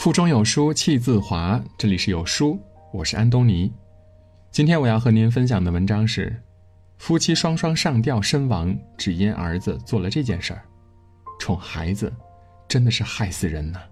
腹中有书气自华，这里是有书，我是安东尼。今天我要和您分享的文章是夫妻双双上吊身亡，只因儿子做了这件事儿。宠孩子真的是害死人呐。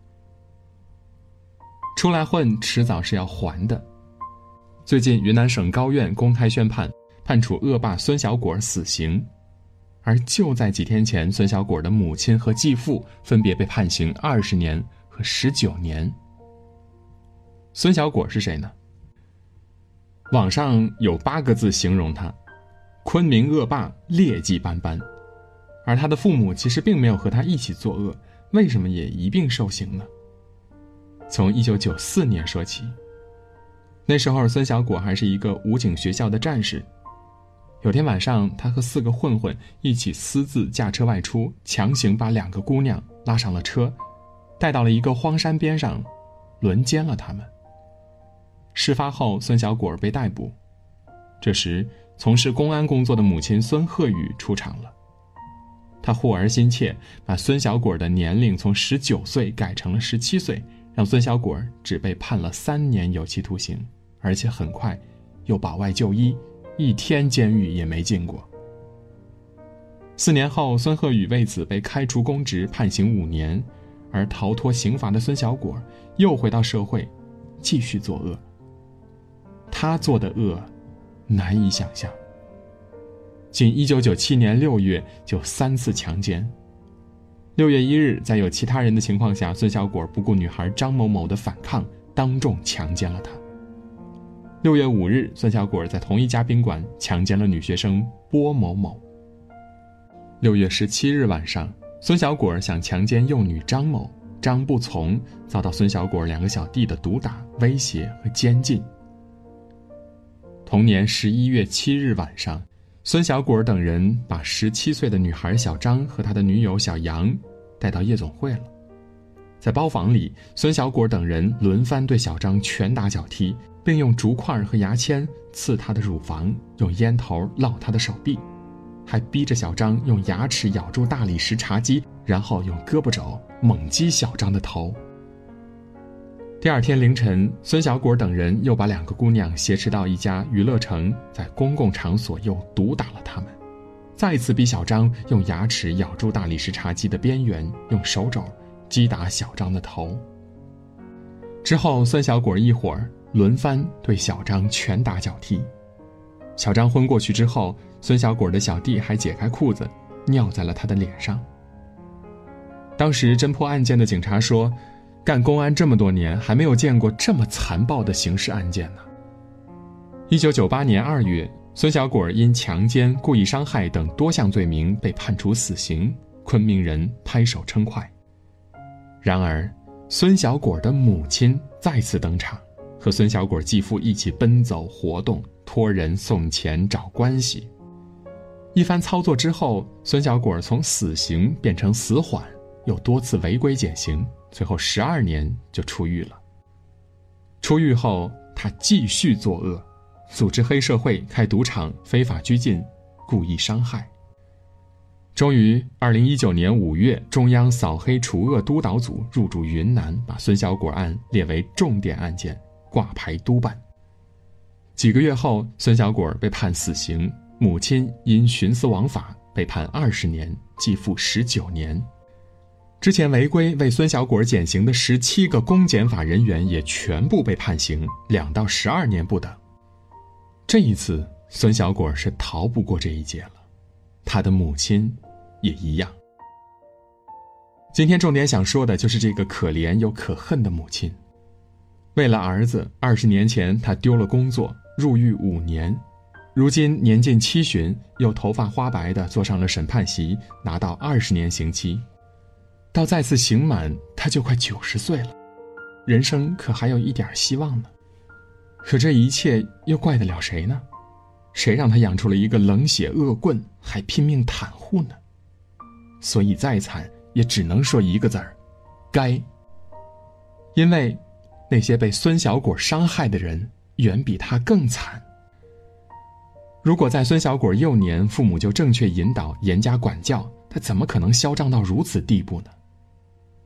出来混迟早是要还的。最近云南省高院公开宣判，判处恶霸孙小果死刑。而就在几天前，孙小果的母亲和继父分别被判刑20年和19年。孙小果是谁呢？网上有8个字形容他：昆明恶霸，劣迹斑斑。而他的父母其实并没有和他一起作恶，为什么也一并受刑呢？从1994年说起，那时候孙小果还是一个武警学校的战士。有天晚上，他和4个混混一起私自驾车外出，强行把2个姑娘拉上了车，带到了一个荒山边上，轮奸了他们。事发后，孙小果被逮捕。这时，从事公安工作的母亲孙鹤宇出场了。她护儿心切，把孙小果的年龄从19岁改成了17岁，让孙小果只被判了3年有期徒刑，而且很快又保外就医，1天监狱也没进过。4年后，孙鹤宇为此被开除公职，判刑5年，而逃脱刑罚的孙小果又回到社会，继续作恶。他做的恶难以想象，仅1997年6月就3次强奸。6月1日，在有其他人的情况下，孙小果不顾女孩张某某的反抗，当众强奸了她。6月5日，孙小果在同一家宾馆强奸了女学生波某某。6月17日晚上，孙小果想强奸幼女张某，张不从，遭到孙小果2个小弟的毒打、威胁和监禁。同年11月7日晚上，孙小果等人把17岁的女孩小张和他的女友小杨带到夜总会了。在包房里，孙小果等人轮番对小张拳打脚踢，并用竹块和牙签刺她的乳房，用烟头烙她的手臂，还逼着小张用牙齿咬住大理石茶几，然后用胳膊肘猛击小张的头。第2天凌晨，孙小果等人又把2个姑娘挟持到一家娱乐城，在公共场所又毒打了她们，再次逼小张用牙齿咬住大理石茶几的边缘，用手肘击打小张的头。之后，孙小果一伙轮番对小张拳打脚踢。小张昏过去之后，孙小果的小弟还解开裤子尿在了他的脸上。当时侦破案件的警察说，干公安这么多年，还没有见过这么残暴的刑事案件呢。1998年2月，孙小果因强奸、故意伤害等多项罪名被判处死刑，昆明人拍手称快。然而，孙小果的母亲再次登场，和孙小果继父一起奔走活动，托人送钱找关系。一番操作之后，孙小果从死刑变成死缓，又多次违规减刑，最后12年就出狱了。出狱后，他继续作恶，组织黑社会、开赌场、非法拘禁、故意伤害。终于2019年5月，中央扫黑除恶督导组入驻云南，把孙小果案列为重点案件，挂牌督办。几个月后，孙小果被判死刑，母亲因徇私枉法被判20年，继父19年。之前违规为孙小果减刑的17个公检法人员也全部被判刑2到12年不等。这一次，孙小果是逃不过这一劫了，他的母亲也一样。今天重点想说的就是这个可怜又可恨的母亲。为了儿子，20年前他丢了工作，入狱5年，如今年近70旬，又头发花白的坐上了审判席，拿到20年刑期。到再次刑满，他就快90岁了，人生可还有一点希望呢。可这一切又怪得了谁呢？谁让他养出了一个冷血恶棍，还拼命袒护呢？所以再惨也只能说一个字儿：该。因为那些被孙小果伤害的人远比他更惨。如果在孙小果幼年，父母就正确引导、严加管教，他怎么可能嚣张到如此地步呢？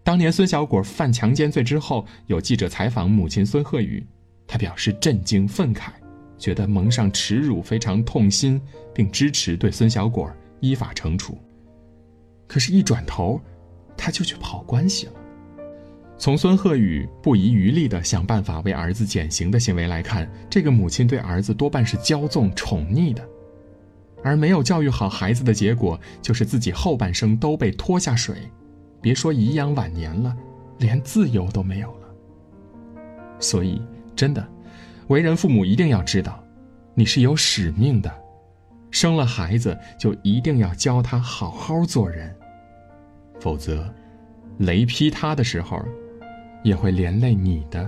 当年孙小果犯强奸罪之后，有记者采访母亲孙鹤宇，他表示震惊愤慨，觉得蒙上耻辱，非常痛心，并支持对孙小果依法惩处。可是一转头，他就去跑关系了。从孙鹤宇不遗余力地想办法为儿子减刑的行为来看，这个母亲对儿子多半是骄纵宠溺的，而没有教育好孩子的结果，就是自己后半生都被拖下水，别说颐养晚年了，连自由都没有了。所以真的，为人父母一定要知道，你是有使命的，生了孩子就一定要教他好好做人，否则雷劈他的时候也会连累你的。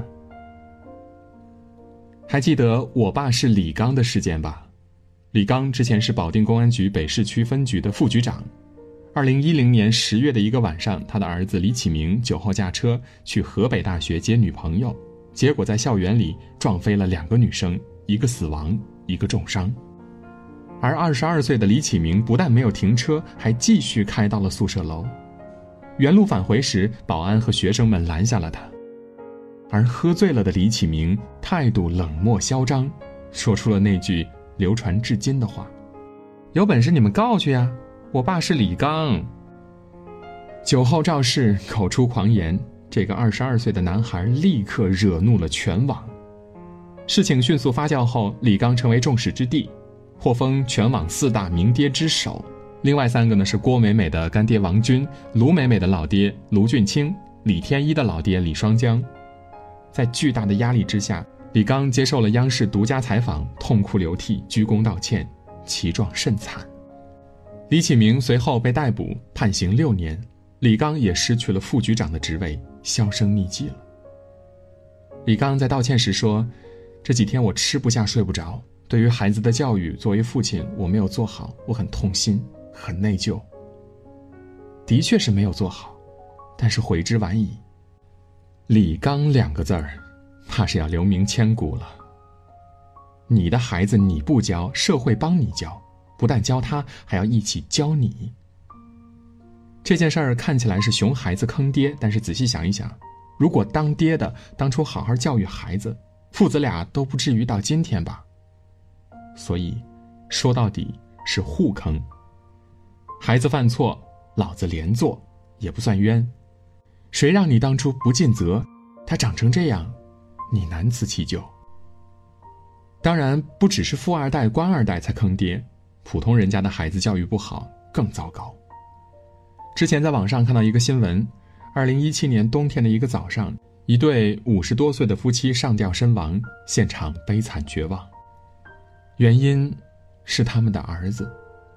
还记得我爸是李刚的事件吧？李刚之前是保定公安局北市区分局的副局长。2010年10月的一个晚上，他的儿子李启明酒后驾车去河北大学接女朋友，结果在校园里撞飞了2个女生，一个死亡，一个重伤。而22岁的李启明不但没有停车，还继续开到了宿舍楼。原路返回时，保安和学生们拦下了他。而喝醉了的李启明态度冷漠嚣张，说出了那句流传至今的话：有本事你们告去呀，我爸是李刚。酒后肇事，口出狂言，这个22岁的男孩立刻惹怒了全网。事情迅速发酵后，李刚成为众矢之的，获封全网4大名爹之首。另外3个呢是郭美美的干爹王军，卢美美的老爹卢俊清，李天一的老爹李双江。在巨大的压力之下，李刚接受了央视独家采访，痛哭流涕，鞠躬道歉，其状甚惨。李启明随后被逮捕，判刑6年，李刚也失去了副局长的职位，销声匿迹了。李刚在道歉时说：这几天我吃不下睡不着，对于孩子的教育，作为父亲我没有做好，我很痛心，很内疚。的确是没有做好，但是悔之晚矣。李刚2个字儿，怕是要留名千古了。你的孩子你不教，社会帮你教，不但教他，还要一起教你。这件事儿看起来是熊孩子坑爹，但是仔细想一想，如果当爹的当初好好教育孩子，父子俩都不至于到今天吧。所以说到底是互坑，孩子犯错，老子连坐也不算冤。谁让你当初不尽责，他长成这样，你难辞其咎。当然不只是富二代官二代才坑爹，普通人家的孩子教育不好更糟糕。之前在网上看到一个新闻，2017年冬天的一个早上，一对50多岁的夫妻上吊身亡，现场悲惨绝望。原因是他们的儿子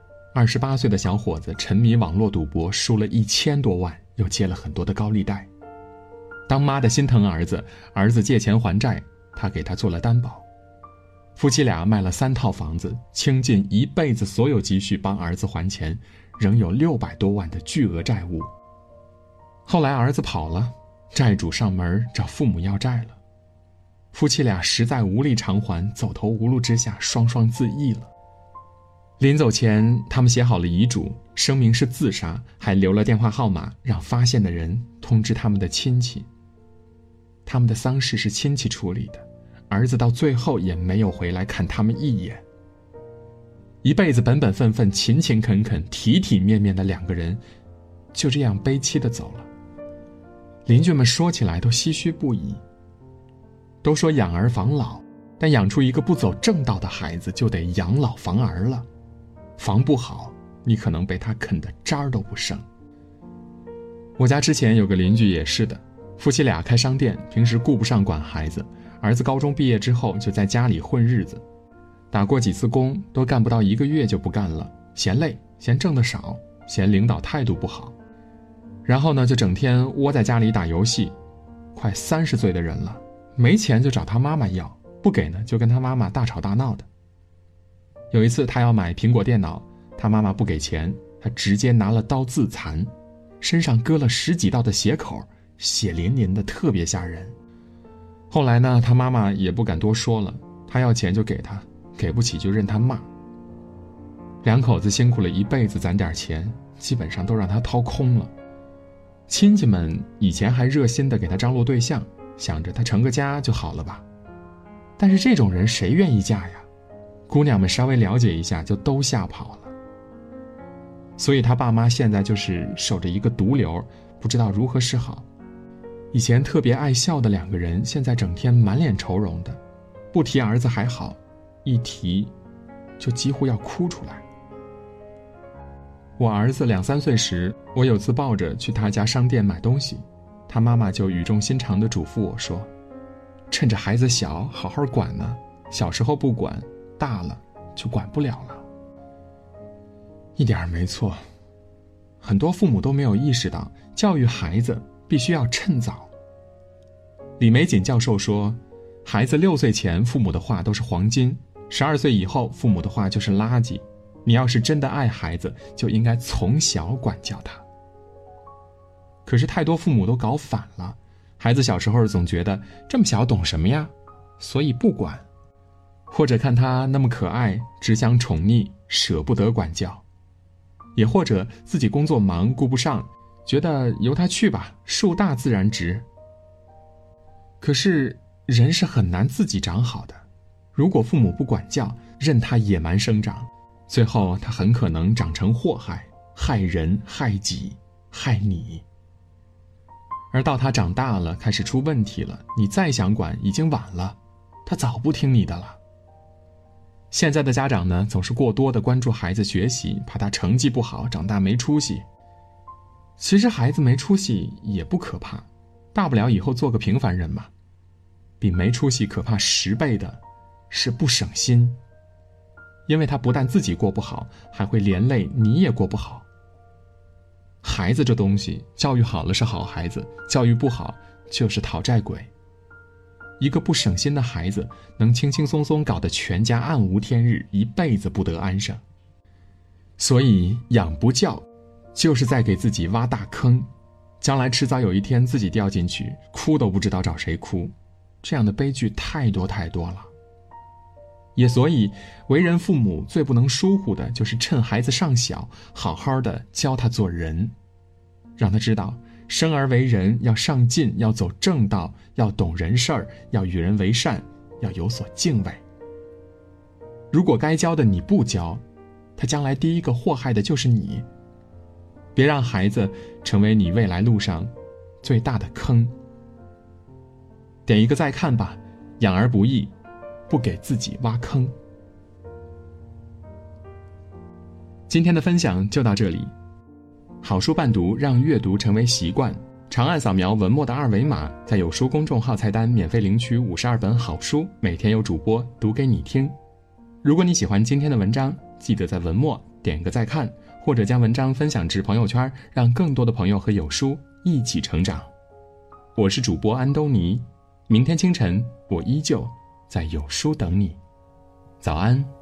，28岁的小伙子沉迷网络赌博，输了1000多万，又借了很多的高利贷。当妈的心疼儿子，儿子借钱还债，他给他做了担保。夫妻俩卖了3套房子，倾尽一辈子所有积蓄帮儿子还钱，仍有600多万的巨额债务。后来儿子跑了，债主上门找父母要债了，夫妻俩实在无力偿还，走投无路之下双双自缢了。临走前他们写好了遗嘱，声明是自杀，还留了电话号码，让发现的人通知他们的亲戚。他们的丧事是亲戚处理的，儿子到最后也没有回来看他们一眼。一辈子本本分分、勤勤恳恳、体体面面的2个人，就这样悲戚地走了。邻居们说起来都唏嘘不已。都说养儿防老，但养出一个不走正道的孩子，就得养老防儿了。防不好，你可能被他啃得渣儿都不剩。我家之前有个邻居也是的，夫妻俩开商店，平时顾不上管孩子，儿子高中毕业之后就在家里混日子，打过几次工都干不到1个月就不干了，嫌累，嫌挣得少，嫌领导态度不好。然后呢，就整天窝在家里打游戏，快30岁的人了，没钱就找他妈妈要，不给呢就跟他妈妈大吵大闹的。有一次他要买苹果电脑，他妈妈不给钱，他直接拿了刀自残，身上割了10几道的血口，血淋淋的，特别吓人。后来呢，他妈妈也不敢多说了，他要钱就给他，给不起就任他骂。2口子辛苦了一辈子攒点钱，基本上都让他掏空了。 亲戚们以前还热心地给她张罗对象，想着她成个家就好了吧。但是这种人谁愿意嫁呀？姑娘们稍微了解一下就都吓跑了。所以她爸妈现在就是守着一个毒瘤，不知道如何是好。以前特别爱笑的两个人，现在整天满脸愁容的，不提儿子还好，一提就几乎要哭出来。我儿子2、3岁时，我有次抱着去他家商店买东西，他妈妈就语重心长地嘱咐我说，趁着孩子小好好管呢，小时候不管，大了就管不了了。一点没错，很多父母都没有意识到教育孩子必须要趁早。李玫瑾教授说，孩子6岁前父母的话都是黄金，12岁以后父母的话就是垃圾。你要是真的爱孩子，就应该从小管教他。可是太多父母都搞反了，孩子小时候总觉得这么小懂什么呀，所以不管，或者看他那么可爱，只想宠溺，舍不得管教，也或者自己工作忙顾不上，觉得由他去吧，树大自然直。可是人是很难自己长好的，如果父母不管教，任他野蛮生长，最后他很可能长成祸害，害人害己害你。而到他长大了，开始出问题了，你再想管已经晚了，他早不听你的了。现在的家长呢，总是过多的关注孩子学习，怕他成绩不好，长大没出息。其实孩子没出息也不可怕，大不了以后做个平凡人嘛。比没出息可怕10倍的是不省心，因为他不但自己过不好，还会连累你也过不好。孩子这东西，教育好了是好孩子，教育不好就是讨债鬼。一个不省心的孩子，能轻轻松松搞得全家暗无天日，一辈子不得安生。所以养不教，就是在给自己挖大坑，将来迟早有一天自己掉进去，哭都不知道找谁哭。这样的悲剧太多太多了。也所以为人父母最不能疏忽的就是趁孩子尚小，好好的教他做人，让他知道生而为人要上进，要走正道，要懂人事儿，要与人为善，要有所敬畏。如果该教的你不教，他将来第一个祸害的就是你。别让孩子成为你未来路上最大的坑。点一个再看吧，养儿不易，不给自己挖坑。今天的分享就到这里。好书伴读，让阅读成为习惯。长按扫描文末的2维码，在有书公众号菜单免费领取52本好书，每天有主播读给你听。如果你喜欢今天的文章，记得在文末点个再看，或者将文章分享至朋友圈，让更多的朋友和有书一起成长。我是主播安东尼，明天清晨我依旧在有书等你。早安。